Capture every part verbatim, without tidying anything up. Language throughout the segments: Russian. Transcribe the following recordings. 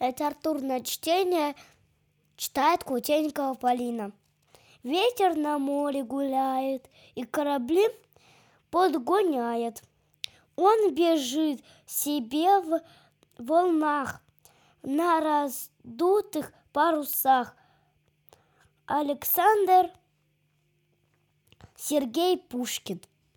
Литературное чтение читает Кутенькова Полина. Ветер на море гуляет и корабли подгоняет. Он бежит себе в волнах на раздутых парусах. Александр Сергей Пушкин.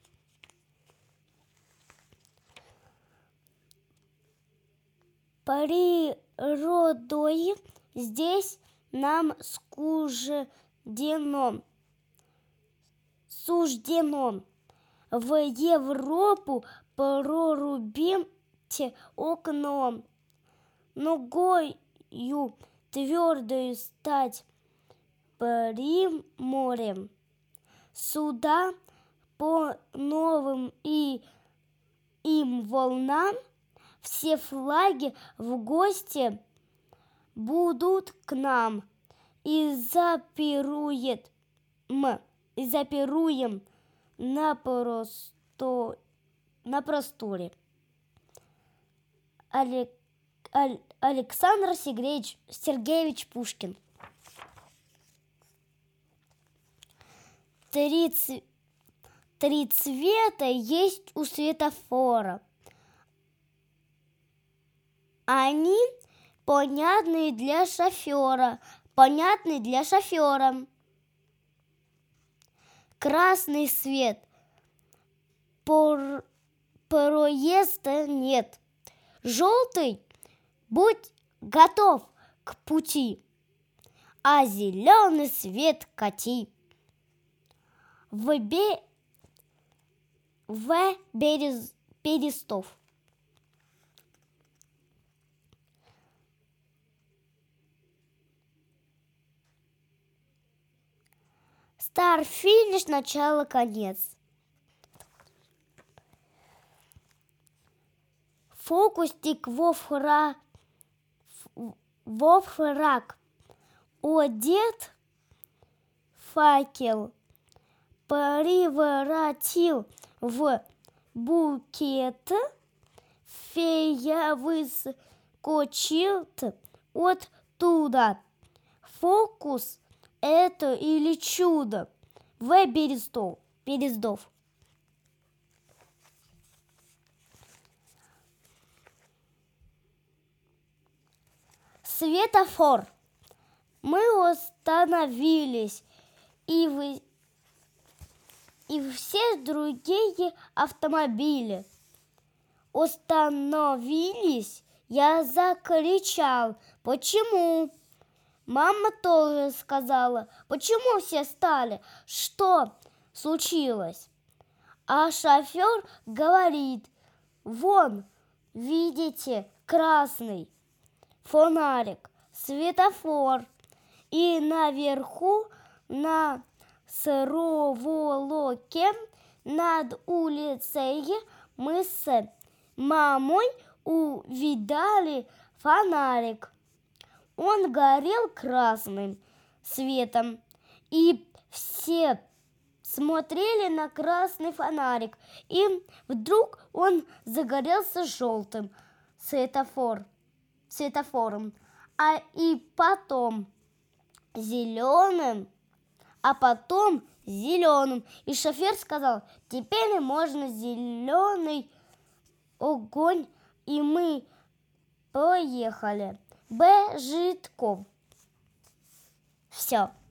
Природой здесь нам суждено, суждено в Европу прорубить окном, ногою твердою стать при морем. Сюда по новым и им волнам все флаги в гости будут к нам, и запирует м, и запируем на, просто, на просторе. Алек, Аль, Александр Сергеевич, Сергеевич Пушкин. Три, ц... Три цвета есть у светофора. Они понятны для шофера, понятны для шофера. Красный свет, пор... проезда нет. Желтый, будь готов к пути, а зеленый свет кати. В, бе... в берез... Берестов. Старт, финиш, начало, конец. Фокусник во фраг, во фраг одет, факел превратил в букет, фея выскочит оттуда. Фокус это или чудо? В. Берестов. Берестов. Светофор. Мы остановились, и, вы, и все другие автомобили остановились. Я закричал: почему? Мама тоже сказала: почему все стали? Что случилось? А шофер говорит: вон, видите, красный фонарик, светофор. И наверху на проволоке над улицей мы с мамой увидали фонарик. Он горел красным светом, и все смотрели на красный фонарик, и вдруг он загорелся желтым светофор, светофором, а и потом зеленым, а потом зеленым. И шофер сказал: теперь можно зеленый огонь, и мы поехали. Б. Житков. Все.